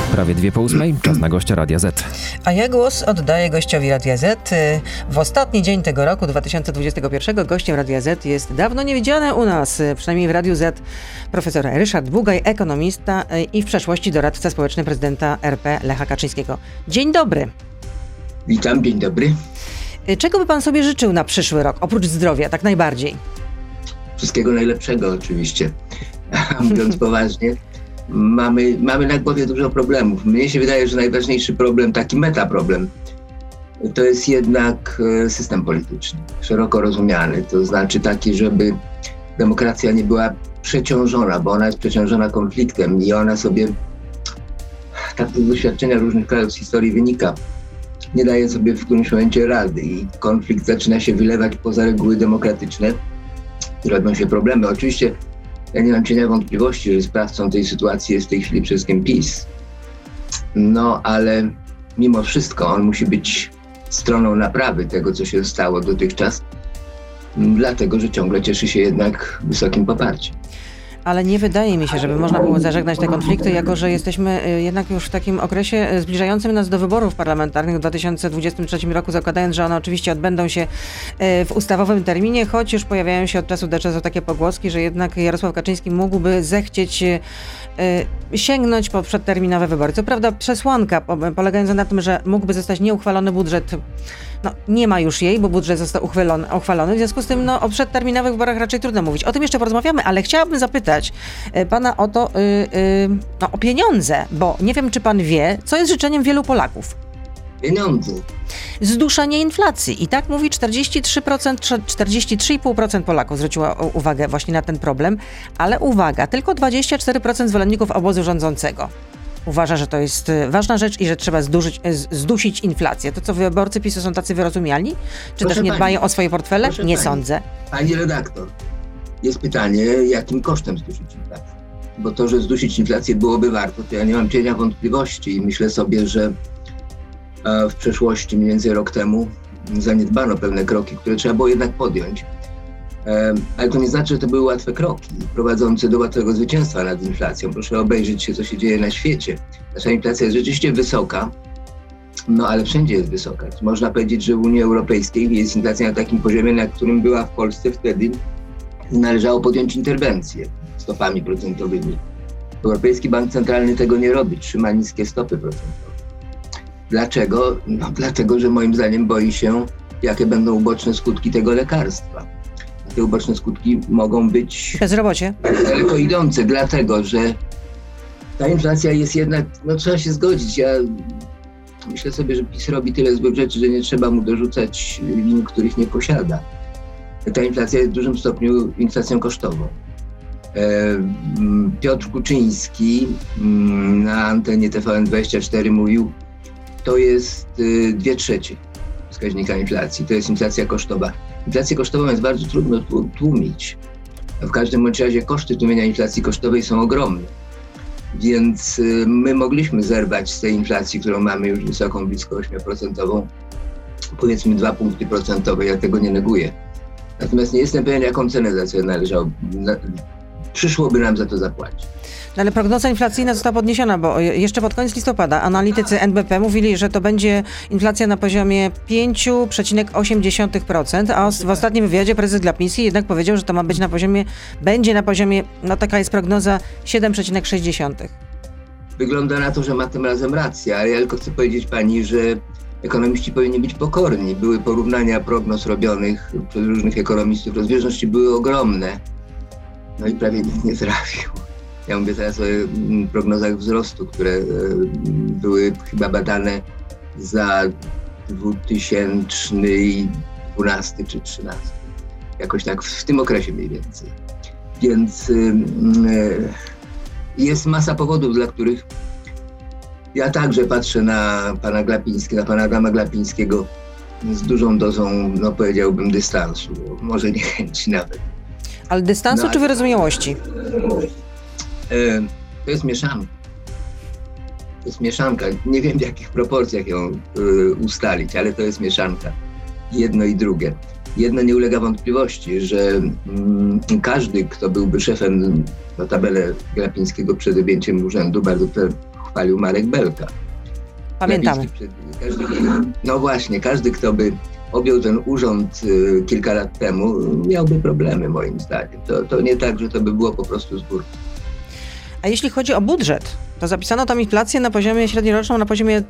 Prawie 7:02, czas na gościa Radia Z. A ja głos oddaję gościowi Radia Z. W ostatni dzień tego roku, 2021, gościem Radia Z jest dawno niewidziany u nas, przynajmniej w Radiu Z, profesor Ryszard Bugaj, ekonomista i w przeszłości doradca społeczny prezydenta RP Lecha Kaczyńskiego. Dzień dobry. Witam, dzień dobry. Czego by pan sobie życzył na przyszły rok, oprócz zdrowia, tak najbardziej? Wszystkiego najlepszego oczywiście. Mówiąc poważnie, mamy na głowie dużo problemów. Mnie się wydaje, że najważniejszy problem, taki metaproblem, to jest jednak system polityczny, szeroko rozumiany. To znaczy taki, żeby demokracja nie była przeciążona, bo ona jest przeciążona konfliktem i ona sobie, tak z doświadczenia różnych krajów z historii wynika, nie daje sobie w którymś momencie rady i konflikt zaczyna się wylewać poza reguły demokratyczne i robią się problemy. Oczywiście ja nie mam cienia wątpliwości, że sprawcą tej sytuacji jest w tej chwili przede wszystkim PiS. No ale mimo wszystko on musi być stroną naprawy tego, co się stało dotychczas, dlatego że ciągle cieszy się jednak wysokim poparciem. Ale nie wydaje mi się, żeby można było zażegnać te konflikty, jako że jesteśmy jednak już w takim okresie zbliżającym nas do wyborów parlamentarnych w 2023 roku, zakładając, że one oczywiście odbędą się w ustawowym terminie, choć już pojawiają się od czasu do czasu takie pogłoski, że jednak Jarosław Kaczyński mógłby zechcieć sięgnąć po przedterminowe wybory. Co prawda przesłanka polegająca na tym, że mógłby zostać nieuchwalony budżet, no nie ma już jej, bo budżet został uchwalony, w związku z tym o przedterminowych wyborach raczej trudno mówić. O tym jeszcze porozmawiamy, ale chciałabym zapytać pana o to, o pieniądze, bo nie wiem, czy pan wie, co jest życzeniem wielu Polaków. Pieniądze. Zduszenie inflacji. I tak mówi 43,5% Polaków zwróciło uwagę właśnie na ten problem, ale uwaga, tylko 24% zwolenników obozu rządzącego uważa, że to jest ważna rzecz i że trzeba zdusić inflację. To co, wyborcy PiS-u są tacy wyrozumialni? Czy też nie dbają o swoje portfele? Nie sądzę. Pani redaktor, jest pytanie, jakim kosztem zdusić inflację? Bo to, że zdusić inflację byłoby warto, to ja nie mam cienia wątpliwości i myślę sobie, że w przeszłości, mniej więcej rok temu, zaniedbano pewne kroki, które trzeba było jednak podjąć. Ale to nie znaczy, że to były łatwe kroki prowadzące do łatwego zwycięstwa nad inflacją. Proszę obejrzeć się, co się dzieje na świecie. Nasza inflacja jest rzeczywiście wysoka, no ale wszędzie jest wysoka. Można powiedzieć, że w Unii Europejskiej jest inflacja na takim poziomie, na którym była w Polsce wtedy, należało podjąć interwencję stopami procentowymi. Europejski Bank Centralny tego nie robi, trzyma niskie stopy procentowe. Dlaczego? No dlatego, że moim zdaniem boi się, jakie będą uboczne skutki tego lekarstwa. Te uboczne skutki mogą być bezrobocie daleko idące, dlatego że ta inflacja jest jednak, no trzeba się zgodzić. Ja myślę sobie, że PiS robi tyle złych rzeczy, że nie trzeba mu dorzucać win, których nie posiada. Ta inflacja jest w dużym stopniu inflacją kosztową. Piotr Kuczyński na antenie TVN24 mówił, to jest 2/3 wskaźnika inflacji, to jest inflacja kosztowa. Inflację kosztową jest bardzo trudno tłumić. W każdym bądź razie koszty tłumienia inflacji kosztowej są ogromne. Więc my mogliśmy zerwać z tej inflacji, którą mamy już wysoką, blisko 8%, powiedzmy 2 punkty procentowe, ja tego nie neguję. Natomiast nie jestem pewien, jaką cenę za co należało. Przyszłoby nam za to zapłacić. No ale prognoza inflacyjna została podniesiona, bo jeszcze pod koniec listopada analitycy NBP mówili, że to będzie inflacja na poziomie 5,8%, a w ostatnim wywiadzie prezes Glapiński jednak powiedział, że to ma być będzie na poziomie, no taka jest prognoza, 7,6%. Wygląda na to, że ma tym razem rację, ale ja tylko chcę powiedzieć pani, że ekonomiści powinni być pokorni. Były porównania prognoz robionych przez różnych ekonomistów, rozbieżności były ogromne, no i prawie nikt nie trafił. Ja mówię teraz o prognozach wzrostu, które były chyba badane za 2012 czy 2013. Jakoś tak w tym okresie mniej więcej. Więc jest masa powodów, dla których ja także patrzę na pana Glapińskiego, na pana Adama Glapińskiego z dużą dozą, no powiedziałbym, dystansu, może niechęci nawet. Ale dystansu czy wyrozumiałości? To jest mieszanka. To jest mieszanka. Nie wiem, w jakich proporcjach ją ustalić, ale to jest mieszanka. Jedno i drugie. Jedno nie ulega wątpliwości, że każdy, kto byłby szefem, notabene Glapińskiego przed objęciem urzędu, bardzo chwalił Marek Belka. Pamiętamy. No właśnie, każdy, kto by objął ten urząd kilka lat temu, miałby problemy moim zdaniem. To nie tak, że to by było po prostu z góry. A jeśli chodzi o budżet, to zapisano tam inflację na poziomie średnioroczną na poziomie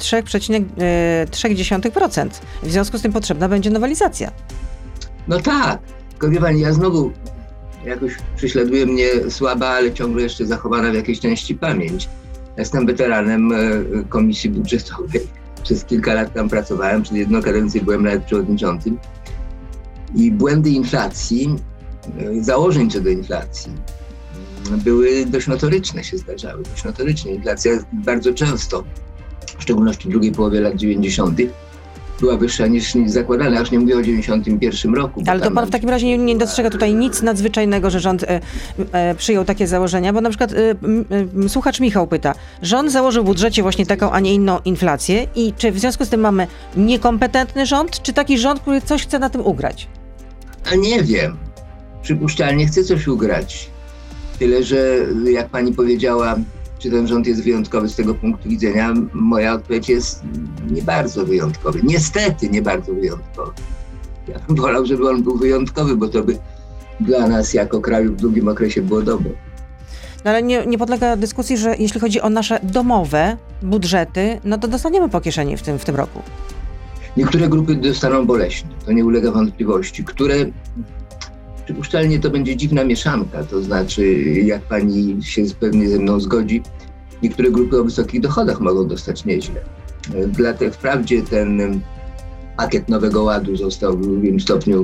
3,3%. W związku z tym potrzebna będzie nowelizacja. No tak, tylko wie pani, ja znowu jakoś prześladuje mnie słaba, ale ciągle jeszcze zachowana w jakiejś części pamięć. Jestem weteranem Komisji Budżetowej. Przez kilka lat tam pracowałem, przez jedną kadencję byłem nawet przewodniczącym. I błędy inflacji, założeń co do inflacji, były dość notoryczne, się zdarzały. Dość notorycznie. Inflacja bardzo często, w szczególności w drugiej połowie lat 90., była wyższa niż zakładane, aż nie mówię o 91 roku. Ale to pan w takim razie nie dostrzega tutaj nic nadzwyczajnego, że rząd przyjął takie założenia, bo na przykład słuchacz Michał pyta, rząd założył w budżecie właśnie taką, a nie inną inflację i czy w związku z tym mamy niekompetentny rząd, czy taki rząd, który coś chce na tym ugrać? A nie wiem. Przypuszczalnie chce coś ugrać. Tyle, że jak pani powiedziała, czy ten rząd jest wyjątkowy z tego punktu widzenia, moja odpowiedź jest nie bardzo wyjątkowy. Niestety nie bardzo wyjątkowy. Ja bym wolał, żeby on był wyjątkowy, bo to by dla nas jako kraju w długim okresie było dobre. No ale nie podlega dyskusji, że jeśli chodzi o nasze domowe budżety, no to dostaniemy po kieszeni w tym roku. Niektóre grupy dostaną boleśnie, to nie ulega wątpliwości, które przypuszczalnie to będzie dziwna mieszanka, to znaczy, jak pani się pewnie ze mną zgodzi, niektóre grupy o wysokich dochodach mogą dostać nieźle. Wprawdzie ten pakiet Nowego Ładu został w drugim stopniu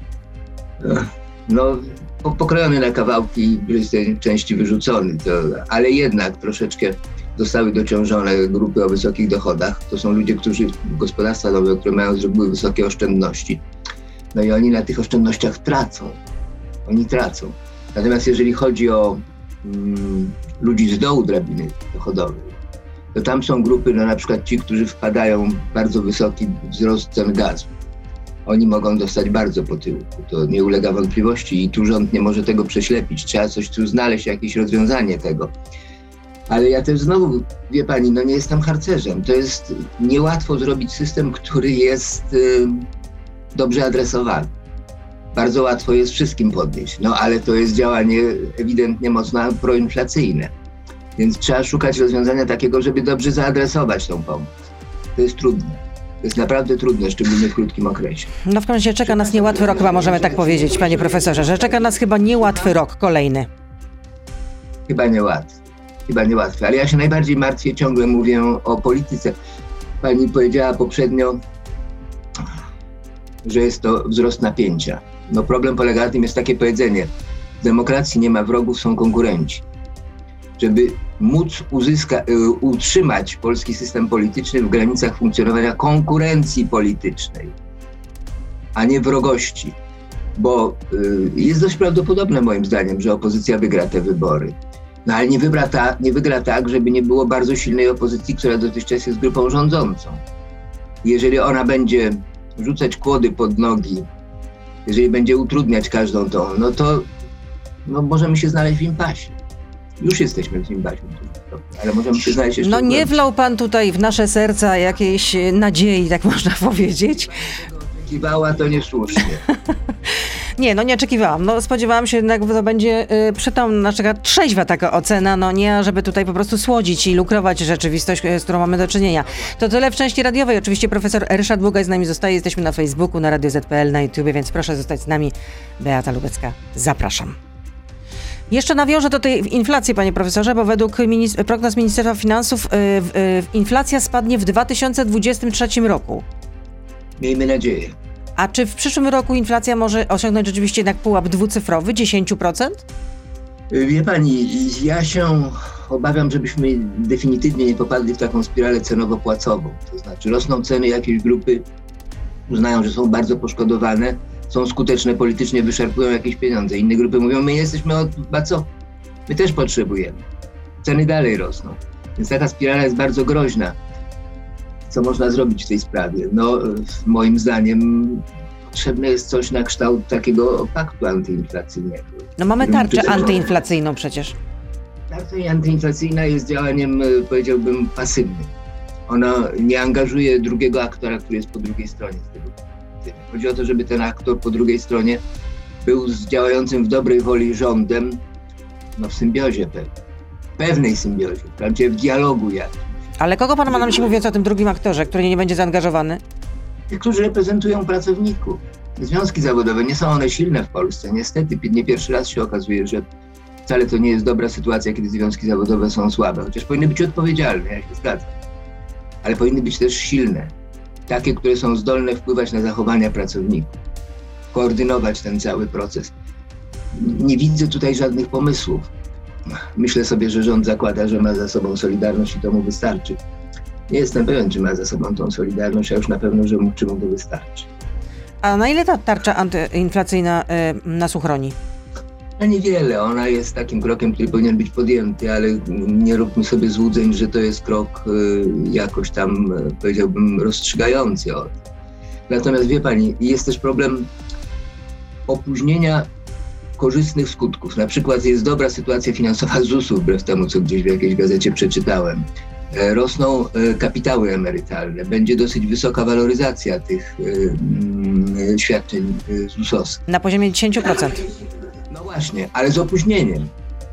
pokrojony na kawałki i z tej części wyrzucony, ale jednak troszeczkę zostały dociążone grupy o wysokich dochodach. To są ludzie, gospodarstwa domowe, które mają z reguły wysokie oszczędności. No i oni na tych oszczędnościach tracą. Oni tracą. Natomiast jeżeli chodzi o ludzi z dołu drabiny dochodowej, to tam są grupy, na przykład ci, którzy wpadają w bardzo wysoki wzrost cen gazu. Oni mogą dostać bardzo po tyłku. To nie ulega wątpliwości i tu rząd nie może tego prześlepić. Trzeba tu znaleźć jakieś rozwiązanie tego. Ale ja też znowu, wie pani, nie jestem harcerzem. To jest niełatwo zrobić system, który jest dobrze adresowany. Bardzo łatwo jest wszystkim podnieść, ale to jest działanie ewidentnie mocno proinflacyjne. Więc trzeba szukać rozwiązania takiego, żeby dobrze zaadresować tą pomoc. To jest trudne. To jest naprawdę trudne, szczególnie w krótkim okresie. W każdym razie czeka nas niełatwy rok, chyba możemy tak powiedzieć, panie profesorze, że czeka nas chyba niełatwy rok kolejny. Chyba niełatwy, ale ja się najbardziej martwię, ciągle mówię o polityce. Pani powiedziała poprzednio, że jest to wzrost napięcia. Problem polega na tym, jest takie powiedzenie: w demokracji nie ma wrogów, są konkurenci. Żeby móc utrzymać polski system polityczny w granicach funkcjonowania konkurencji politycznej, a nie wrogości, bo jest dość prawdopodobne moim zdaniem, że opozycja wygra te wybory. Ale nie wygra tak, żeby nie było bardzo silnej opozycji, która dotychczas jest grupą rządzącą. Jeżeli ona będzie rzucać kłody pod nogi, jeżeli będzie utrudniać każdą tą, to możemy się znaleźć w impasie. Już jesteśmy w impasie, ale możemy się znaleźć jeszcze nie wlał pan tutaj w nasze serca jakiejś nadziei, tak można powiedzieć. Oczekiwała, to niesłusznie. Nie oczekiwałam. Spodziewałam się jednak, że to będzie przytomna, trzeźwa taka ocena, nie żeby tutaj po prostu słodzić i lukrować rzeczywistość, z którą mamy do czynienia. To tyle w części radiowej. Oczywiście profesor Ryszard Bugaj z nami zostaje. Jesteśmy na Facebooku, na Radio Z.pl, na YouTubie, więc proszę zostać z nami. Beata Lubecka, zapraszam. Jeszcze nawiążę do tej inflacji, panie profesorze, bo według prognoz Ministerstwa Finansów inflacja spadnie w 2023 roku. Miejmy nadzieję. A czy w przyszłym roku inflacja może osiągnąć rzeczywiście jednak pułap dwucyfrowy, 10%? Wie pani, ja się obawiam, żebyśmy definitywnie nie popadli w taką spiralę cenowo-płacową. To znaczy rosną ceny, jakieś grupy uznają, że są bardzo poszkodowane, są skuteczne politycznie, wyszarpują jakieś pieniądze. Inne grupy mówią, my jesteśmy my też potrzebujemy. Ceny dalej rosną. Więc taka spirala jest bardzo groźna. Co można zrobić w tej sprawie? Moim zdaniem potrzebne jest coś na kształt takiego paktu antyinflacyjnego. Mamy tarczę antyinflacyjną przecież. Tarcza antyinflacyjna jest działaniem, powiedziałbym, pasywnym. Ona nie angażuje drugiego aktora, który jest po drugiej stronie z tego. Chodzi o to, żeby ten aktor po drugiej stronie był z działającym w dobrej woli rządem, w symbiozie pewnej symbiozie, wprawdzie w dialogu jakimś. Ale kogo pan ma na myśli, mówiąc o tym drugim aktorze, który nie będzie zaangażowany? Tych, którzy reprezentują pracowników. Związki zawodowe, nie są one silne w Polsce. Niestety, nie pierwszy raz się okazuje, że wcale to nie jest dobra sytuacja, kiedy związki zawodowe są słabe. Chociaż powinny być odpowiedzialne, ja się zgadzam. Ale powinny być też silne. Takie, które są zdolne wpływać na zachowania pracowników. Koordynować ten cały proces. Nie widzę tutaj żadnych pomysłów. Myślę sobie, że rząd zakłada, że ma za sobą Solidarność i to mu wystarczy. Nie jestem pewien, czy ma za sobą tą Solidarność, a już na pewno, czy mu to wystarczy. A na ile ta tarcza antyinflacyjna nas uchroni? No niewiele. Ona jest takim krokiem, który powinien być podjęty, ale nie róbmy sobie złudzeń, że to jest krok jakoś tam, powiedziałbym, rozstrzygający. Natomiast wie pani, jest też problem opóźnienia korzystnych skutków. Na przykład jest dobra sytuacja finansowa ZUS-u, wbrew temu, co gdzieś w jakiejś gazecie przeczytałem. Rosną kapitały emerytalne. Będzie dosyć wysoka waloryzacja tych świadczeń ZUS-owskich. Na poziomie 10%. No właśnie, ale z opóźnieniem.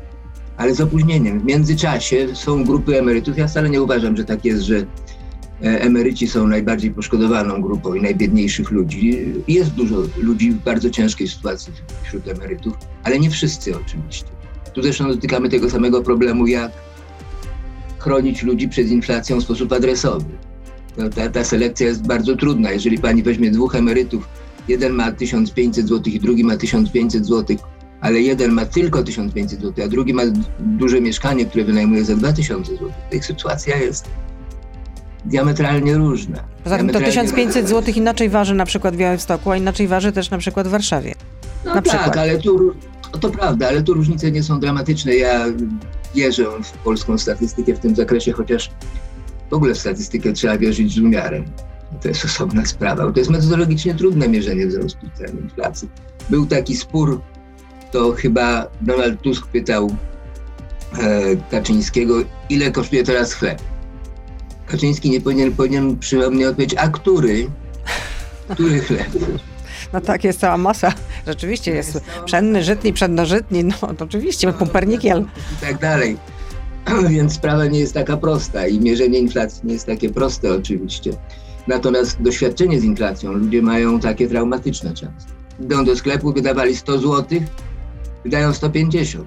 W międzyczasie są grupy emerytów. Ja wcale nie uważam, że tak jest, że emeryci są najbardziej poszkodowaną grupą i najbiedniejszych ludzi. Jest dużo ludzi w bardzo ciężkiej sytuacji wśród emerytów, ale nie wszyscy oczywiście. Tu zresztą dotykamy tego samego problemu, jak chronić ludzi przed inflacją w sposób adresowy. Ta selekcja jest bardzo trudna. Jeżeli pani weźmie dwóch emerytów, jeden ma 1500 zł i drugi ma 1500 zł, ale jeden ma tylko 1500 zł, a drugi ma duże mieszkanie, które wynajmuje za 2000 zł. To ich sytuacja jest diametralnie różna. Poza tym to 1500 zł inaczej waży na przykład w Białymstoku, a inaczej waży też na przykład w Warszawie. No na tak, ale to prawda, ale tu różnice nie są dramatyczne. Ja wierzę w polską statystykę w tym zakresie, chociaż w ogóle w statystykę trzeba wierzyć z umiarem. To jest osobna sprawa. To jest metodologicznie trudne mierzenie wzrostu cen, inflacji. Był taki spór, to chyba Donald Tusk pytał Kaczyńskiego, ile kosztuje teraz chleb. Kaczyński nie powinien przypomnieć odpowiedzieć, a który chleb? No tak, jest cała masa. Rzeczywiście jest pszenny, żytni, pszennożytni, no to oczywiście, pumpernikiel. I tak dalej. Więc sprawa nie jest taka prosta i mierzenie inflacji nie jest takie proste oczywiście. Natomiast doświadczenie z inflacją ludzie mają takie traumatyczne często. Idą do sklepu, wydawali 100 zł, wydają 150.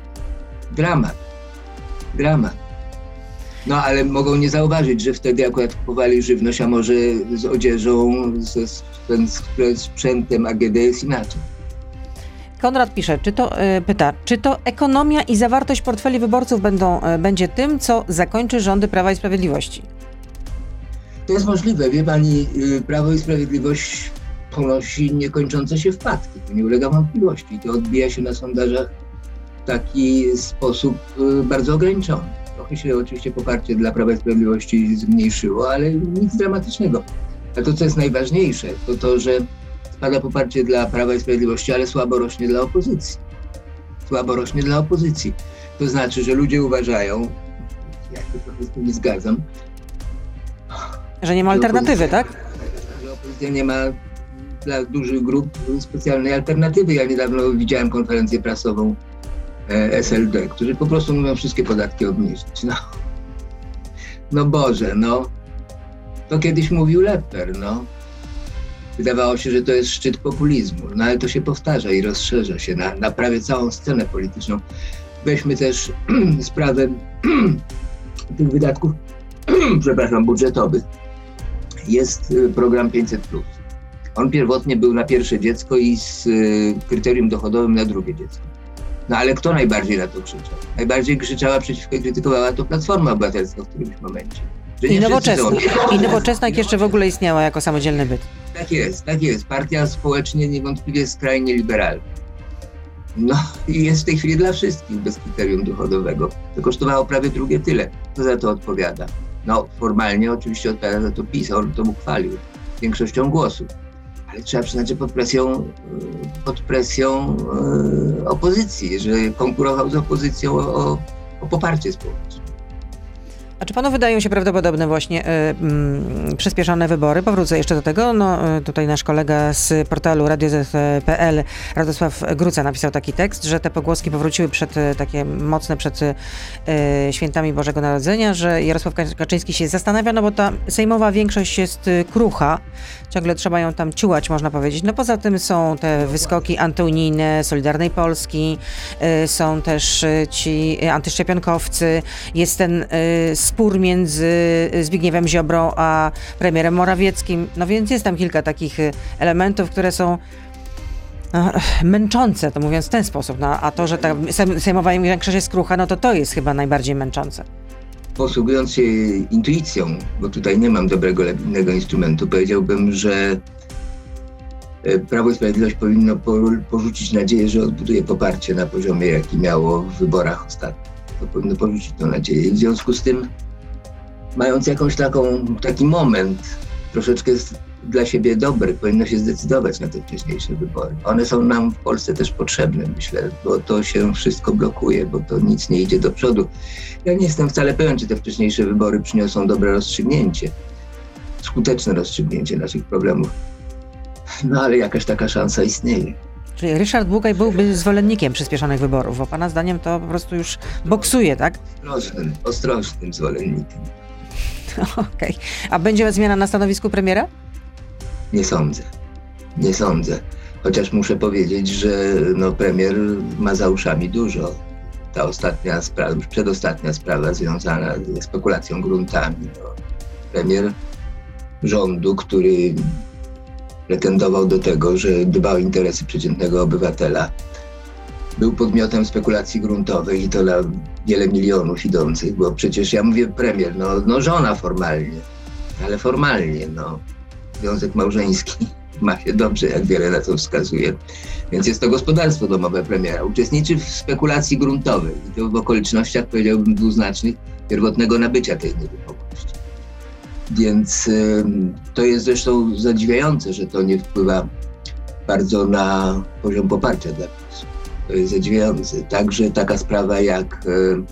Dramat. No ale mogą nie zauważyć, że wtedy akurat kupowali żywność, a może z odzieżą, ze sprzętem AGD jest inaczej. Konrad pisze, pyta, czy to ekonomia i zawartość portfeli wyborców będzie tym, co zakończy rządy Prawa i Sprawiedliwości? To jest możliwe. Wie pani, Prawo i Sprawiedliwość ponosi niekończące się wpadki. To nie ulega wątpliwości. To odbija się na sondażach w taki sposób bardzo ograniczony. Trochę się oczywiście poparcie dla Prawa i Sprawiedliwości zmniejszyło, ale nic dramatycznego. A to, co jest najważniejsze, to to, że spada poparcie dla Prawa i Sprawiedliwości, ale słabo rośnie dla opozycji. To znaczy, że ludzie uważają, ja się trochę z tym nie zgadzam, że nie ma alternatywy, tak? Że opozycja nie ma dla dużych grup specjalnej alternatywy. Ja niedawno widziałem konferencję prasową SLD, którzy po prostu mówią wszystkie podatki obniżyć. No Boże, to kiedyś mówił Lepper, Wydawało się, że to jest szczyt populizmu, ale to się powtarza i rozszerza się na prawie całą scenę polityczną. Weźmy też sprawę tych wydatków, budżetowych. Jest program 500+. On pierwotnie był na pierwsze dziecko i z kryterium dochodowym na drugie dziecko. Ale kto najbardziej na to krzyczał? Najbardziej krzyczała przeciwko i krytykowała to Platforma Obywatelska w którymś momencie. I Nowoczesna jeszcze w ogóle istniała jako samodzielny byt. Tak jest. Partia społecznie niewątpliwie skrajnie liberalna. I jest w tej chwili dla wszystkich bez kryterium dochodowego. To kosztowało prawie drugie tyle. Kto za to odpowiada? Formalnie oczywiście odpowiada za to PiS, on to uchwalił większością głosów. Ale trzeba przyznać, że pod presją opozycji, że konkurował z opozycją o poparcie społeczne. A czy panu wydają się prawdopodobne właśnie przyspieszone wybory? Powrócę jeszcze do tego. Tutaj nasz kolega z portalu radioz.pl, Radosław Gruca, napisał taki tekst, że te pogłoski powróciły takie mocne przed świętami Bożego Narodzenia, że Jarosław Kaczyński się zastanawia, no bo ta sejmowa większość jest krucha. Ciągle trzeba ją tam ciułać, można powiedzieć. No poza tym są te wyskoki antyunijne Solidarnej Polski, są też ci antyszczepionkowcy, jest ten spór między Zbigniewem Ziobrą a premierem Morawieckim. No więc jest tam kilka takich elementów, które są męczące, to mówiąc w ten sposób. No, a to, że ta sejmowa większość jest krucha, no to jest chyba najbardziej męczące. Posługując się intuicją, bo tutaj nie mam dobrego, innego instrumentu, powiedziałbym, że Prawo i Sprawiedliwość powinno porzucić nadzieję, że odbuduje poparcie na poziomie, jaki miało w wyborach ostatnich. To powinno porzucić tę nadzieję. I w związku z tym, mając taki moment, troszeczkę dla siebie dobry, powinno się zdecydować na te wcześniejsze wybory. One są nam w Polsce też potrzebne, myślę, bo to się wszystko blokuje, bo to nic nie idzie do przodu. Ja nie jestem wcale pewien, czy te wcześniejsze wybory przyniosą dobre rozstrzygnięcie, skuteczne rozstrzygnięcie naszych problemów. No ale jakaś taka szansa istnieje. Czyli Ryszard Bugaj byłby zwolennikiem przyspieszonych wyborów, bo pana zdaniem to po prostu już boksuje, tak? Ostrożnym zwolennikiem. Okej. A będzie zmiana na stanowisku premiera? Nie sądzę. Chociaż muszę powiedzieć, że premier ma za uszami dużo. Ta ostatnia sprawa, już przedostatnia sprawa związana ze spekulacją gruntami. Premier rządu, który pretendował do tego, że dba o interesy przeciętnego obywatela, był podmiotem spekulacji gruntowej i to na wiele milionów idących, bo przecież ja mówię premier, żona formalnie, ale formalnie, związek małżeński ma się dobrze, jak wiele na to wskazuje. Więc jest to gospodarstwo domowe premiera. Uczestniczy w spekulacji gruntowej i to w okolicznościach, powiedziałbym, dwuznacznych pierwotnego nabycia tej nieruchomości. Więc to jest zresztą zadziwiające, że to nie wpływa bardzo na poziom poparcia dla PiS. To jest zadziwiające. Także taka sprawa jak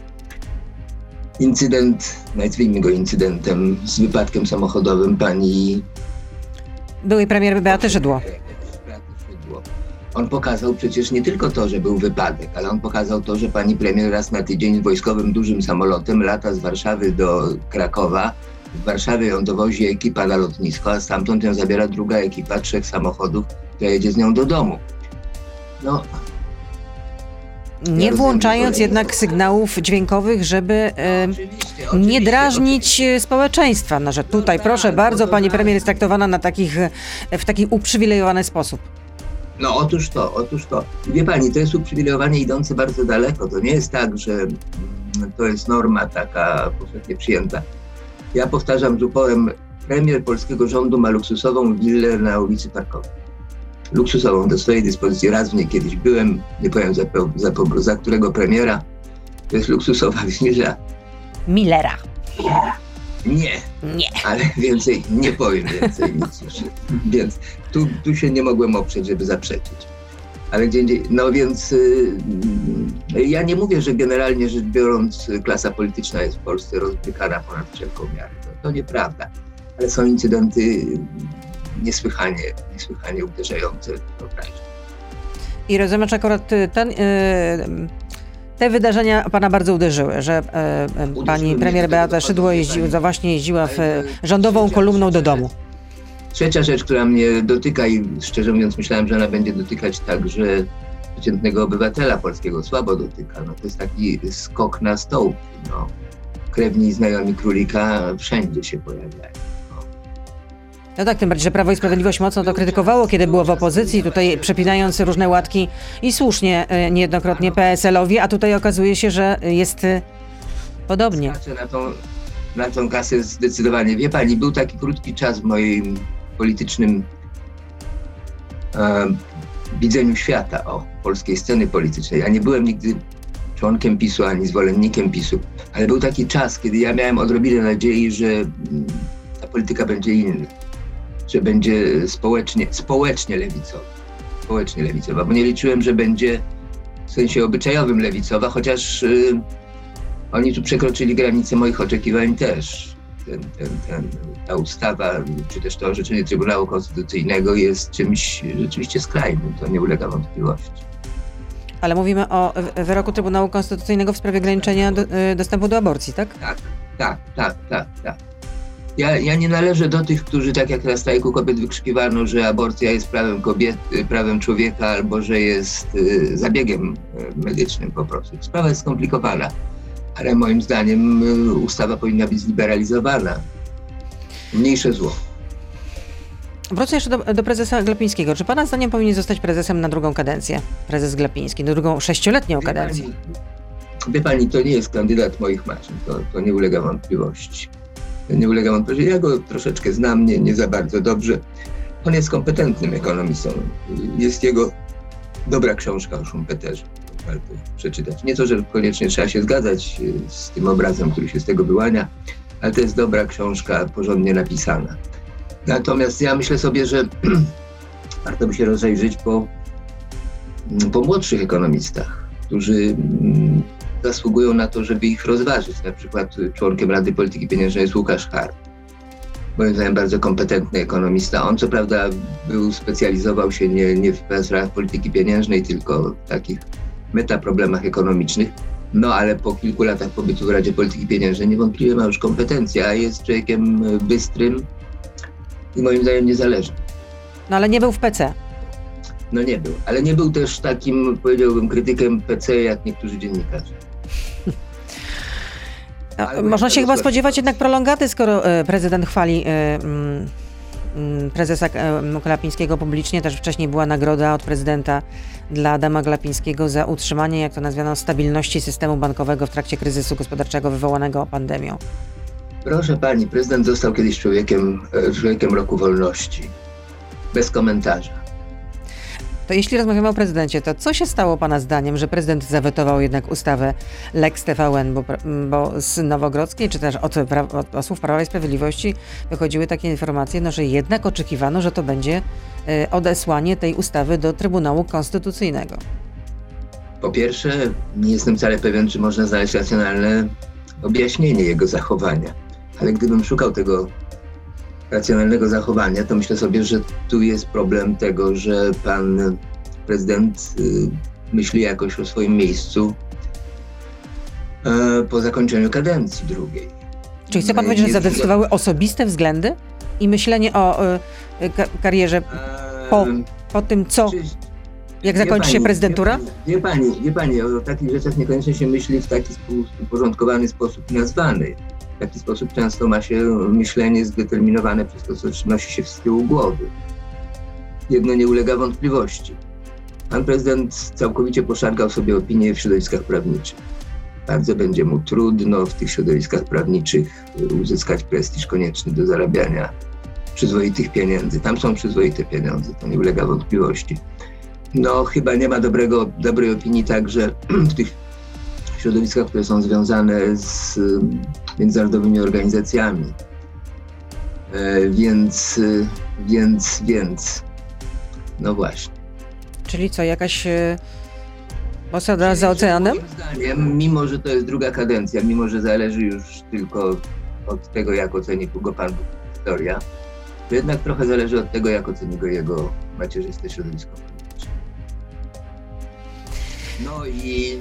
incydent, nazwijmy go incydentem z wypadkiem samochodowym pani byłej premier Beaty Szydło. On pokazał przecież nie tylko to, że był wypadek, ale on pokazał to, że pani premier raz na tydzień wojskowym dużym samolotem lata z Warszawy do Krakowa. W Warszawie ją dowozi ekipa na lotnisko, a stamtąd ją zabiera druga ekipa 3 samochodów, która jedzie z nią do domu. Nie włączając jednak sygnałów dźwiękowych, żeby nie drażnić społeczeństwa. Że tutaj, proszę bardzo, pani premier jest traktowana w taki uprzywilejowany sposób. Otóż to. Wie pani, to jest uprzywilejowanie idące bardzo daleko. To nie jest tak, że to jest norma taka powszechnie przyjęta. Ja powtarzam z uporem, premier polskiego rządu ma luksusową willę na ulicy Parkowej. Luksusową, do swojej dyspozycji. Raz w niej kiedyś byłem, nie powiem za którego premiera. To jest luksusowa willa. Millera. Nie. Ale nie powiem więcej nic już. Więc tu się nie mogłem oprzeć, żeby zaprzeczyć. Ale gdzie indziej, więc ja nie mówię, że generalnie rzecz biorąc klasa polityczna jest w Polsce rozbrykana ponad wszelką miarę. To nieprawda. Ale są incydenty niesłychanie uderzające w wyobraźnię. I rozumiem, że akurat te wydarzenia pana bardzo uderzyły, że pani premier Beata Szydło jeździła w rządową kolumną do domu. Trzecia rzecz, która mnie dotyka i szczerze mówiąc myślałem, że ona będzie dotykać także przeciętnego obywatela polskiego, słabo dotyka. To jest taki skok na stołki. Krewni i znajomi królika wszędzie się pojawiają. No tak, tym bardziej, że Prawo i Sprawiedliwość mocno to krytykowało, kiedy było w opozycji, tutaj przepinając różne łatki i słusznie niejednokrotnie PSL-owi, a tutaj okazuje się, że jest podobnie. Na tą kasę zdecydowanie. Wie pani, był taki krótki czas w moim politycznym widzeniu świata, polskiej sceny politycznej. Ja nie byłem nigdy członkiem PiS-u, ani zwolennikiem PiS-u, ale był taki czas, kiedy ja miałem odrobinę nadziei, że ta polityka będzie inna, że będzie społecznie lewicowa, bo nie liczyłem, że będzie w sensie obyczajowym lewicowa, chociaż Oni tu przekroczyli granicę moich oczekiwań też. Ta ustawa, czy też to orzeczenie Trybunału Konstytucyjnego jest czymś rzeczywiście skrajnym, to nie ulega wątpliwości. Ale mówimy o wyroku Trybunału Konstytucyjnego w sprawie ograniczenia dostępu do aborcji, tak? Tak. Ja nie należę do tych, którzy tak jak na strajku kobiet wykrzykiwano, że aborcja jest prawem kobiety, prawem człowieka, albo że jest zabiegiem medycznym po prostu. Sprawa jest skomplikowana, ale moim zdaniem ustawa powinna być zliberalizowana. Mniejsze zło. Wrócę jeszcze do prezesa Glapińskiego. Czy pana zdaniem powinien zostać prezesem na drugą kadencję? Prezes Glapiński, na drugą 6-letnią kadencję. Wie pani, to nie jest kandydat moich marzeń, to nie ulega wątpliwości. Ja go troszeczkę znam, nie za bardzo dobrze. On jest kompetentnym ekonomistą. Jest jego dobra książka o Schumpeterze. Warto przeczytać. Nie to, że koniecznie trzeba się zgadzać z tym obrazem, który się z tego wyłania, ale to jest dobra książka, porządnie napisana. Natomiast ja myślę sobie, że warto by się rozejrzeć po młodszych ekonomistach, którzy zasługują na to, żeby ich rozważyć. Na przykład członkiem Rady Polityki Pieniężnej jest Łukasz Char. Moim zdaniem bardzo kompetentny ekonomista. On co prawda specjalizował się nie w sprawach polityki pieniężnej, tylko w takich metaproblemach ekonomicznych. No ale po kilku latach pobytu w Radzie Polityki Pieniężnej niewątpliwie ma już kompetencje, a jest człowiekiem bystrym i moim zdaniem niezależnym. No ale nie był w PC. No nie był, ale nie był też takim, powiedziałbym, krytykiem PC jak niektórzy dziennikarze. Można się chyba spodziewać jednak prolongaty, skoro prezydent chwali prezesa Glapińskiego publicznie. Też wcześniej była nagroda od prezydenta dla Adama Glapińskiego za utrzymanie, jak to nazwano, stabilności systemu bankowego w trakcie kryzysu gospodarczego wywołanego pandemią. Proszę pani, prezydent został kiedyś człowiekiem roku wolności. Bez komentarza. To jeśli rozmawiamy o prezydencie, to co się stało pana zdaniem, że prezydent zawetował jednak ustawę Lex TVN, bo z Nowogrodzkiej, czy też od posłów Prawa i Sprawiedliwości wychodziły takie informacje, że jednak oczekiwano, że to będzie odesłanie tej ustawy do Trybunału Konstytucyjnego. Po pierwsze, nie jestem wcale pewien, czy można znaleźć racjonalne objaśnienie jego zachowania, ale gdybym szukał tego racjonalnego zachowania, to myślę sobie, że tu jest problem tego, że pan prezydent myśli jakoś o swoim miejscu po zakończeniu kadencji drugiej. Czyli chce pan powiedzieć, że zadecydowały osobiste względy i myślenie o karierze po tym, co, jak zakończy się prezydentura? Wie pani, o takich rzeczach niekoniecznie się myśli w taki uporządkowany sposób nazwany. W taki sposób często ma się myślenie zdeterminowane przez to, co nosi się z tyłu głowy. Jedno nie ulega wątpliwości. Pan prezydent całkowicie poszargał sobie opinię w środowiskach prawniczych. Bardzo będzie mu trudno w tych środowiskach prawniczych uzyskać prestiż konieczny do zarabiania przyzwoitych pieniędzy. Tam są przyzwoite pieniądze, to nie ulega wątpliwości. No chyba nie ma dobrej opinii także w tych środowiskach, które są związane z międzynarodowymi organizacjami. Więc no właśnie. Czyli co, jakaś posada za oceanem? Moim zdaniem, mimo że to jest druga kadencja, mimo że zależy już tylko od tego, jak oceni go pan historia, to jednak trochę zależy od tego, jak oceni go jego macierzyste środowisko polityczne. No i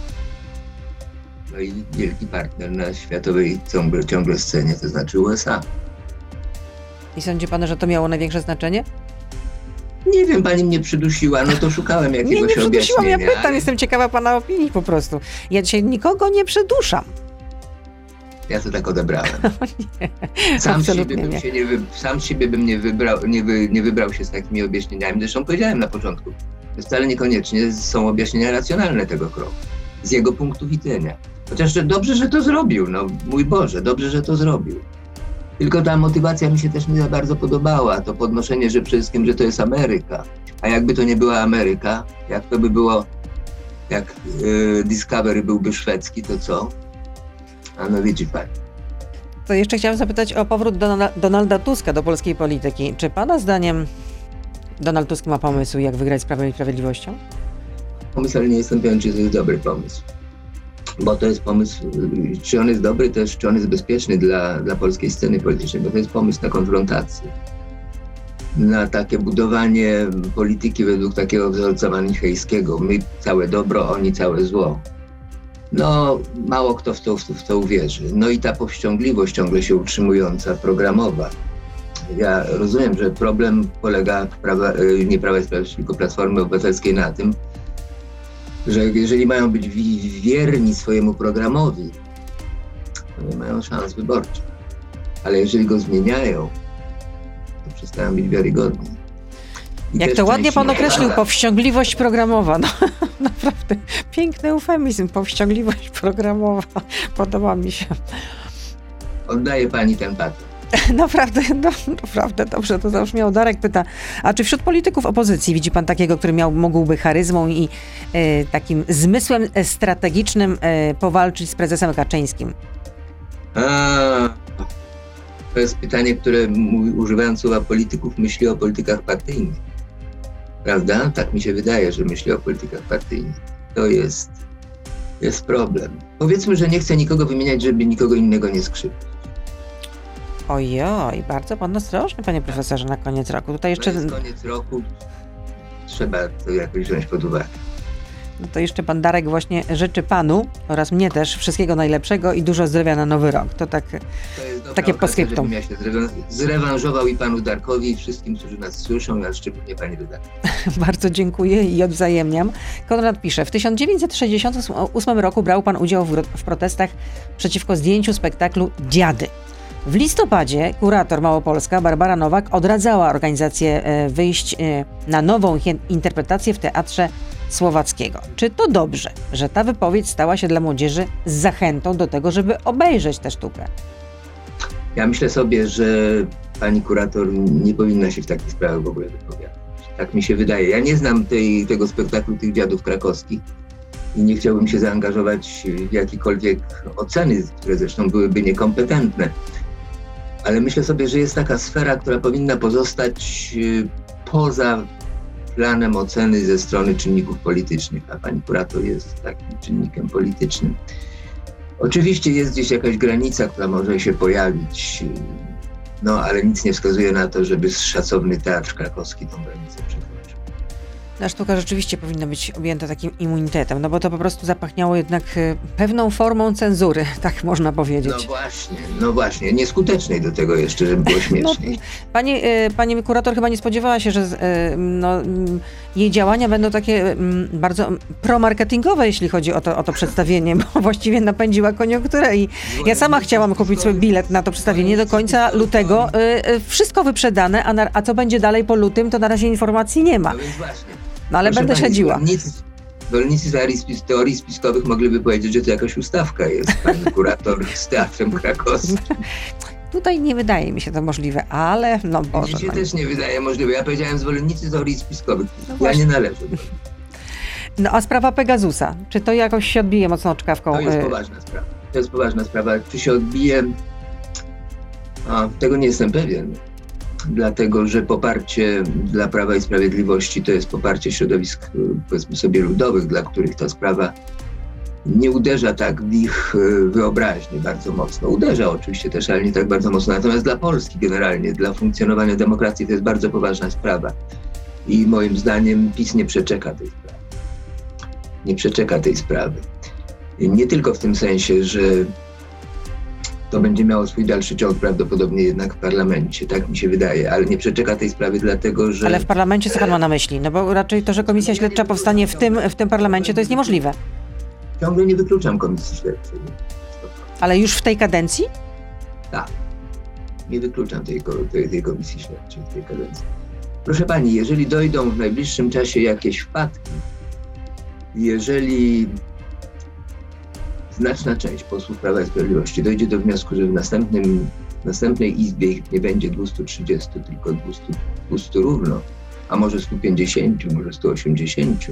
wielki partner na światowej ciągle scenie, to znaczy USA. I sądzi pan, że to miało największe znaczenie? Nie wiem, pani mnie przydusiła, no to szukałem jakiegoś objaśnienia. Nie przydusiłam, ja pytam, jestem ciekawa pana opinii po prostu. Ja dzisiaj nikogo nie przyduszam. Ja to tak odebrałem. Nie, sam siebie bym nie wybrał się z takimi objaśnieniami. Zresztą powiedziałem na początku, że wcale niekoniecznie są objaśnienia racjonalne tego kroku, z jego punktu widzenia. Chociaż dobrze, że to zrobił, no mój Boże, dobrze, że to zrobił. Tylko ta motywacja mi się też nie za bardzo podobała, to podnoszenie, że przede wszystkim, że to jest Ameryka. A jakby to nie była Ameryka, jak to by było, jak Discovery byłby szwedzki, to co? A no widzi pani. To jeszcze chciałam zapytać o powrót Donalda Tuska do polskiej polityki. Czy pana zdaniem Donald Tusk ma pomysł, jak wygrać z Prawem i Sprawiedliwością? Pomysł, ale nie jestem pewien, czy to jest dobry pomysł. bo to jest pomysł, czy on jest dobry też, czy on jest bezpieczny dla polskiej sceny politycznej, bo to jest pomysł na konfrontację, na takie budowanie polityki według takiego wzorca manichejskiego. My całe dobro, oni całe zło. No, mało kto w to uwierzy. No i ta powściągliwość ciągle się utrzymująca, programowa. Ja rozumiem, że problem polega nie Prawa i Sprawiedliwości, tylko Platformy Obywatelskiej na tym, że jeżeli mają być wierni swojemu programowi, to nie mają szans wyborczych. Ale jeżeli go zmieniają, to przestają być wiarygodni. Jak to ładnie pan określił, powściągliwość programowa. No, naprawdę piękny eufemizm, powściągliwość programowa. Podoba mi się. Oddaje pani ten patent. Naprawdę dobrze to zabrzmiało. Darek pyta, a czy wśród polityków opozycji widzi pan takiego, który mógłby charyzmą i takim zmysłem strategicznym powalczyć z prezesem Kaczyńskim? To jest pytanie, które używając słowa polityków myśli o politykach partyjnych. Prawda? Tak mi się wydaje, że myśli o politykach partyjnych. To jest problem. Powiedzmy, że nie chcę nikogo wymieniać, żeby nikogo innego nie skrzywdzić. Ojoj, bardzo pan ostrożny, panie profesorze, na koniec roku. Tutaj jeszcze... To jest koniec roku, trzeba to jakoś wziąć pod uwagę. No to jeszcze pan Darek właśnie życzy panu oraz mnie też wszystkiego najlepszego i dużo zdrowia na nowy rok. To takie postscriptum. Ja się zrewanżował i panu Darkowi, i wszystkim, którzy nas słyszą, a szczególnie pani redaktor. Bardzo dziękuję i odwzajemniam. Konrad pisze, w 1968 roku brał pan udział w protestach przeciwko zdjęciu spektaklu Dziady. W listopadzie kurator Małopolska Barbara Nowak odradzała organizację wyjść na nową interpretację w Teatrze Słowackiego. Czy to dobrze, że ta wypowiedź stała się dla młodzieży zachętą do tego, żeby obejrzeć tę sztukę? Ja myślę sobie, że pani kurator nie powinna się w takich sprawach w ogóle wypowiadać. Tak mi się wydaje. Ja nie znam tego spektaklu tych dziadów krakowskich i nie chciałbym się zaangażować w jakiekolwiek oceny, które zresztą byłyby niekompetentne. Ale myślę sobie, że jest taka sfera, która powinna pozostać poza planem oceny ze strony czynników politycznych, a pani kurator jest takim czynnikiem politycznym. Oczywiście jest gdzieś jakaś granica, która może się pojawić, no ale nic nie wskazuje na to, żeby szacowny Teatr Krakowski tą granicę przekroczył. Ta sztuka rzeczywiście powinna być objęta takim immunitetem, no bo to po prostu zapachniało jednak pewną formą cenzury, tak można powiedzieć. No właśnie, nieskutecznej do tego jeszcze, żeby było śmieszniej. No, pani kurator chyba nie spodziewała się, że jej działania będą takie bardzo promarketingowe, jeśli chodzi o to przedstawienie, bo właściwie napędziła koniunkturę i ja sama chciałam kupić sobie bilet na to przedstawienie do końca lutego. Wszystko wyprzedane, a co będzie dalej po lutym, to na razie informacji nie ma. No więc właśnie. No ale będę śledziła. Zwolennicy teorii spiskowych mogliby powiedzieć, że to jakaś ustawka jest, pani kurator z Teatrem Krakowskim. Tutaj nie wydaje mi się to możliwe, ale no Boże. Mi się też nie wydaje możliwe. Ja powiedziałem zwolennicy teorii spiskowych. No ja nie należę. No a sprawa Pegasusa, czy to jakoś się odbije mocno czkawką? To jest poważna sprawa. Czy się odbije? Tego nie jestem pewien. Dlatego, że poparcie dla Prawa i Sprawiedliwości to jest poparcie środowisk, powiedzmy sobie, ludowych, dla których ta sprawa nie uderza tak w ich wyobraźnię bardzo mocno. Uderza oczywiście też, ale nie tak bardzo mocno. Natomiast dla Polski generalnie, dla funkcjonowania demokracji to jest bardzo poważna sprawa. I moim zdaniem PiS nie przeczeka tej sprawy. Nie przeczeka tej sprawy. Nie tylko w tym sensie, że to będzie miało swój dalszy ciąg prawdopodobnie jednak w parlamencie, tak mi się wydaje, ale nie przeczeka tej sprawy dlatego, że... Ale w parlamencie co pan ma na myśli? No bo raczej to, że komisja śledcza powstanie w tym parlamencie, to jest niemożliwe. Ciągle nie wykluczam komisji śledczej. Ale już w tej kadencji? Tak. Nie wykluczam tej komisji śledczej w tej kadencji. Proszę pani, jeżeli dojdą w najbliższym czasie jakieś wpadki, jeżeli znaczna część posłów Prawa i Sprawiedliwości dojdzie do wniosku, że w następnej Izbie ich nie będzie 230, tylko 200 równo, a może 150, może 180,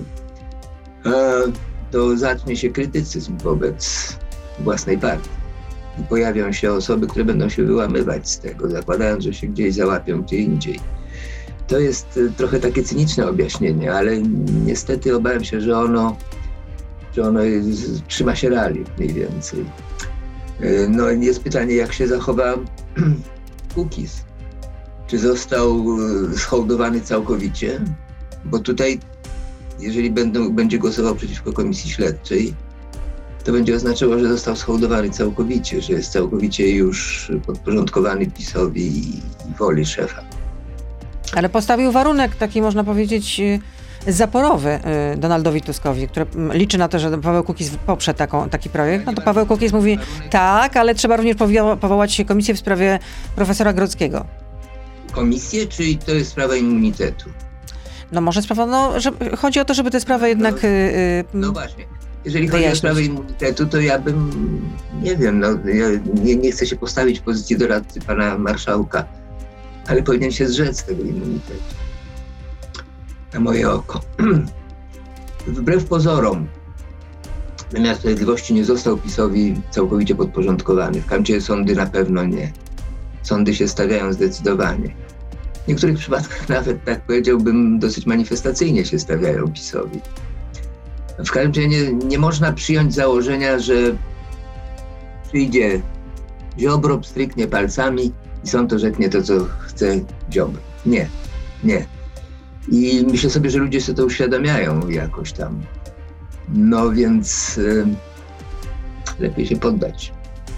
to zacznie się krytycyzm wobec własnej partii. I pojawią się osoby, które będą się wyłamywać z tego, zakładając, że się gdzieś załapią gdzie indziej. To jest trochę takie cyniczne objaśnienie, ale niestety obawiam się, że ono czy ono trzyma się realiów mniej więcej. No jest pytanie, jak się zachowa Kukiz. Czy został schołdowany całkowicie? Bo tutaj, jeżeli będzie głosował przeciwko komisji śledczej, to będzie oznaczało, że został schołdowany całkowicie, że jest całkowicie już podporządkowany PiS-owi i woli szefa. Ale postawił warunek taki, można powiedzieć, zaporowy Donaldowi Tuskowi, który liczy na to, że Paweł Kukiz poprze taki projekt. No to Paweł Kukiz mówi tak, ale trzeba również powołać komisję w sprawie profesora Grodzkiego. Komisję, czy to jest sprawa immunitetu? No może sprawa, chodzi o to, żeby tę sprawę jednak No właśnie. Jeżeli chodzi o sprawę immunitetu, to ja bym, nie wiem, ja nie chcę się postawić w pozycji doradcy pana marszałka, ale powinien się zrzec tego immunitetu. Na moje oko. Wbrew pozorom, wymiar sprawiedliwości nie został PiS-owi całkowicie podporządkowany. W Kamcie sądy na pewno nie. Sądy się stawiają zdecydowanie. W niektórych przypadkach nawet, tak powiedziałbym, dosyć manifestacyjnie się stawiają PiS-owi. W każdym razie nie można przyjąć założenia, że przyjdzie Ziobro, pstryknie palcami i sąd orzeknie to, co chce Ziobro. Nie. I myślę sobie, że ludzie sobie to uświadamiają jakoś tam. No więc lepiej się poddać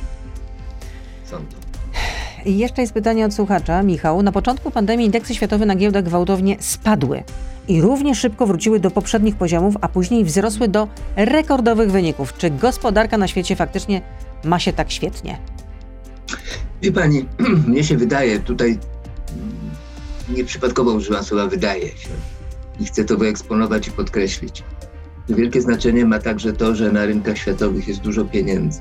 sądu. I jeszcze jest pytanie od słuchacza. Michał, na początku pandemii indeksy światowe na giełdach gwałtownie spadły i równie szybko wróciły do poprzednich poziomów, a później wzrosły do rekordowych wyników. Czy gospodarka na świecie faktycznie ma się tak świetnie? Wie pani, mnie się wydaje, tutaj nieprzypadkowo używam słowa wydaje się i chcę to wyeksponować i podkreślić. Wielkie znaczenie ma także to, że na rynkach światowych jest dużo pieniędzy.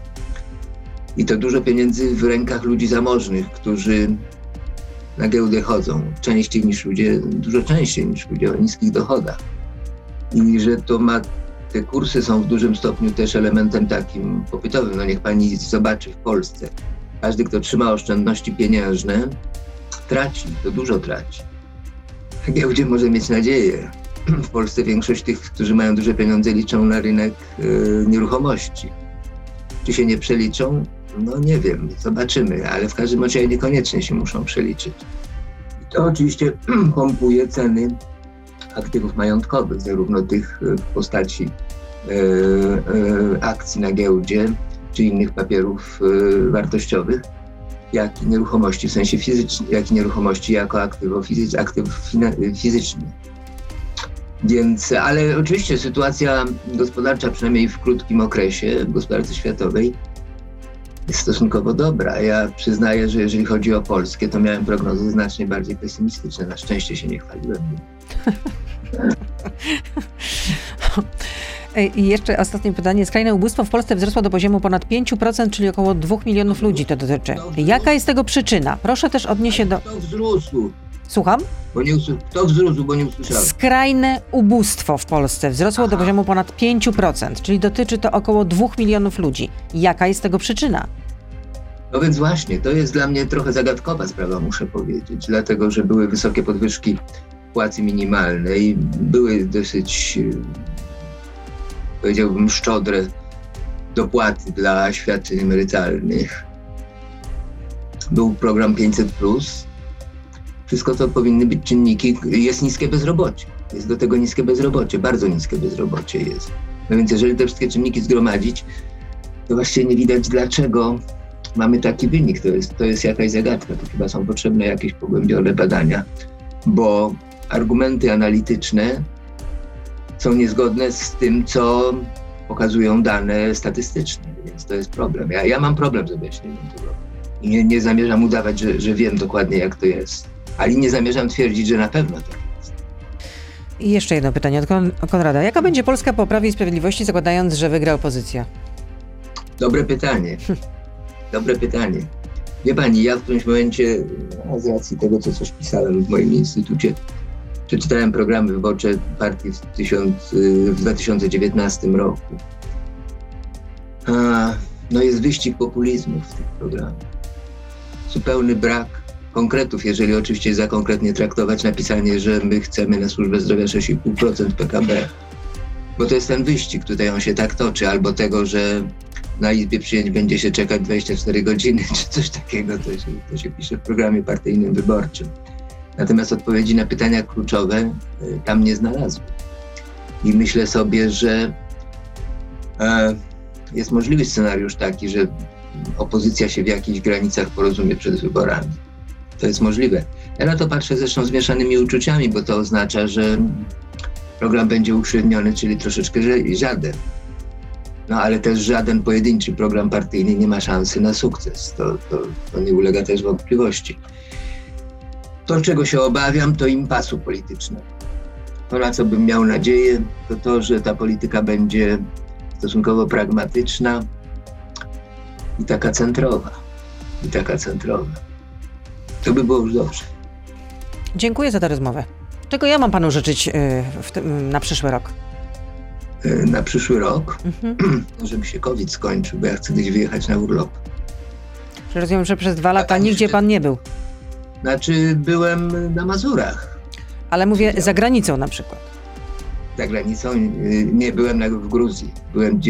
I to dużo pieniędzy w rękach ludzi zamożnych, którzy na giełdę chodzą dużo częściej niż ludzie o niskich dochodach. I że te kursy są w dużym stopniu też elementem takim popytowym. No niech pani zobaczy w Polsce. Każdy, kto trzyma oszczędności pieniężne, traci, to dużo traci. Na giełdzie może mieć nadzieję. W Polsce większość tych, którzy mają duże pieniądze, liczą na rynek nieruchomości. Czy się nie przeliczą? No nie wiem, zobaczymy, ale w każdym razie niekoniecznie się muszą przeliczyć. I to oczywiście pompuje ceny aktywów majątkowych, zarówno tych w postaci akcji na giełdzie, czy innych papierów wartościowych, jak i nieruchomości w sensie fizycznym, jak i nieruchomości jako aktyw fizyczny. Więc, ale oczywiście sytuacja gospodarcza, przynajmniej w krótkim okresie w gospodarce światowej, jest stosunkowo dobra. Ja przyznaję, że jeżeli chodzi o Polskę, to miałem prognozy znacznie bardziej pesymistyczne. Na szczęście się nie chwaliłem. I jeszcze ostatnie pytanie. Skrajne ubóstwo w Polsce wzrosło do poziomu ponad 5%, czyli około 2 milionów ludzi to dotyczy. Jaka jest tego przyczyna? Proszę też odnieść się do... Kto wzrósł? Słucham? Kto wzrósł, bo nie usłyszałem. Skrajne ubóstwo w Polsce wzrosło do poziomu ponad 5%, czyli dotyczy to około 2 milionów ludzi. Jaka jest tego przyczyna? No więc właśnie, to jest dla mnie trochę zagadkowa sprawa, muszę powiedzieć, dlatego że były wysokie podwyżki płacy minimalnej, były dosyć, powiedziałbym, szczodre dopłaty dla świadczeń emerytalnych. Był program 500+. Wszystko to powinny być czynniki. Jest niskie bezrobocie. Jest do tego niskie bezrobocie, bardzo niskie bezrobocie jest. No więc jeżeli te wszystkie czynniki zgromadzić, to właściwie nie widać, dlaczego mamy taki wynik. To jest jakaś zagadka. To chyba są potrzebne jakieś pogłębione badania, bo argumenty analityczne są niezgodne z tym, co pokazują dane statystyczne, więc to jest problem. Ja mam problem z objaśnieniem tego i nie zamierzam udawać, że wiem dokładnie, jak to jest, ale nie zamierzam twierdzić, że na pewno tak jest. I jeszcze jedno pytanie od Konrada. Jaka będzie Polska po Prawie i Sprawiedliwości, zakładając, że wygra opozycja? Dobre pytanie. Wie pani, ja w którymś momencie, z racji tego, co coś pisałem w moim instytucie, przeczytałem programy wyborcze partii w 2019 roku. No jest wyścig populizmu w tych programach. Zupełny brak konkretów, jeżeli oczywiście za konkretnie traktować napisanie, że my chcemy na służbę zdrowia 6,5% PKB. Bo to jest ten wyścig, tutaj on się tak toczy, albo tego, że na Izbie Przyjęć będzie się czekać 24 godziny, czy coś takiego, to się pisze w programie partyjnym wyborczym. Natomiast odpowiedzi na pytania kluczowe tam nie znalazłem. I myślę sobie, że jest możliwy scenariusz taki, że opozycja się w jakichś granicach porozumie przed wyborami. To jest możliwe. Ja na to patrzę zresztą z mieszanymi uczuciami, bo to oznacza, że program będzie uśredniony, czyli troszeczkę żaden. No ale też żaden pojedynczy program partyjny nie ma szansy na sukces. To nie ulega też wątpliwości. To, czego się obawiam, to impasu politycznego. To, na co bym miał nadzieję, to, że ta polityka będzie stosunkowo pragmatyczna i taka centrowa. To by było już dobrze. Dziękuję za tę rozmowę. Czego ja mam panu życzyć na przyszły rok? Na przyszły rok? Żeby się COVID skończył, bo ja chcę gdzieś wyjechać na urlop. Rozumiem, że przez 2 lata nigdzie pan nie był. Znaczy, byłem na Mazurach. Ale mówię za granicą na przykład. Za granicą? Nie, byłem w Gruzji. Byłem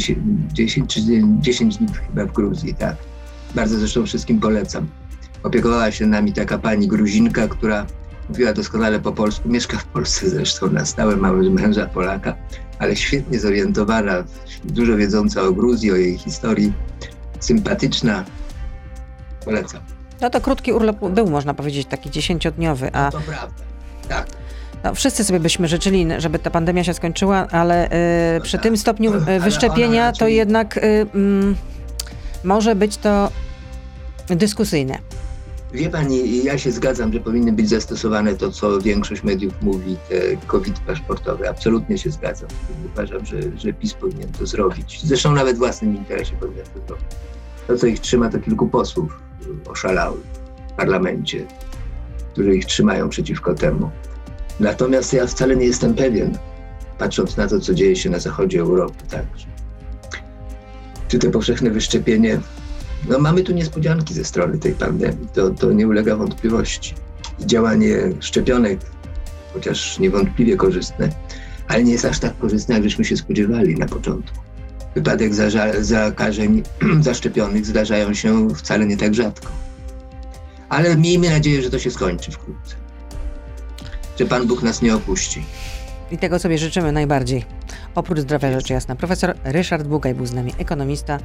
10 dni chyba w Gruzji, tak. Bardzo zresztą wszystkim polecam. Opiekowała się nami taka pani Gruzinka, która mówiła doskonale po polsku. Mieszka w Polsce zresztą na stałe, mamy męża Polaka, ale świetnie zorientowana, dużo wiedząca o Gruzji, o jej historii. Sympatyczna. Polecam. No to krótki urlop był, można powiedzieć, taki 10-dniowy. A to prawda, tak. No, wszyscy sobie byśmy życzyli, żeby ta pandemia się skończyła, ale przy tym stopniu wyszczepienia to jednak może być to dyskusyjne. Wie pani, ja się zgadzam, że powinny być zastosowane to, co większość mediów mówi, te COVID paszportowe. Absolutnie się zgadzam. Uważam, że PiS powinien to zrobić. Zresztą nawet w własnym interesie powinien to zrobić. To, co ich trzyma, to kilku posłów oszalałych w parlamencie, którzy ich trzymają przeciwko temu. Natomiast ja wcale nie jestem pewien, patrząc na to, co dzieje się na zachodzie Europy, także. Czy to powszechne wyszczepienie? No mamy tu niespodzianki ze strony tej pandemii, to nie ulega wątpliwości. Działanie szczepionek, chociaż niewątpliwie korzystne, ale nie jest aż tak korzystne, jak żeśmy się spodziewali na początku. Wypadek zakażeń zaszczepionych zdarzają się wcale nie tak rzadko. Ale miejmy nadzieję, że to się skończy wkrótce. Że Pan Bóg nas nie opuści. I tego sobie życzymy najbardziej. Oprócz zdrowia rzecz jasna. Profesor Ryszard Bugaj był z nami, ekonomista.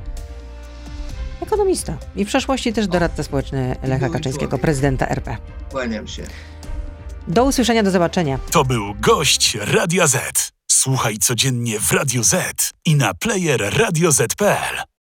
I w przeszłości też doradca społeczny Lecha Kaczyńskiego, prezydenta RP. Kłaniam się. Do usłyszenia, do zobaczenia. To był gość Radia Z. Słuchaj codziennie w Radio Z i na player radioz.pl.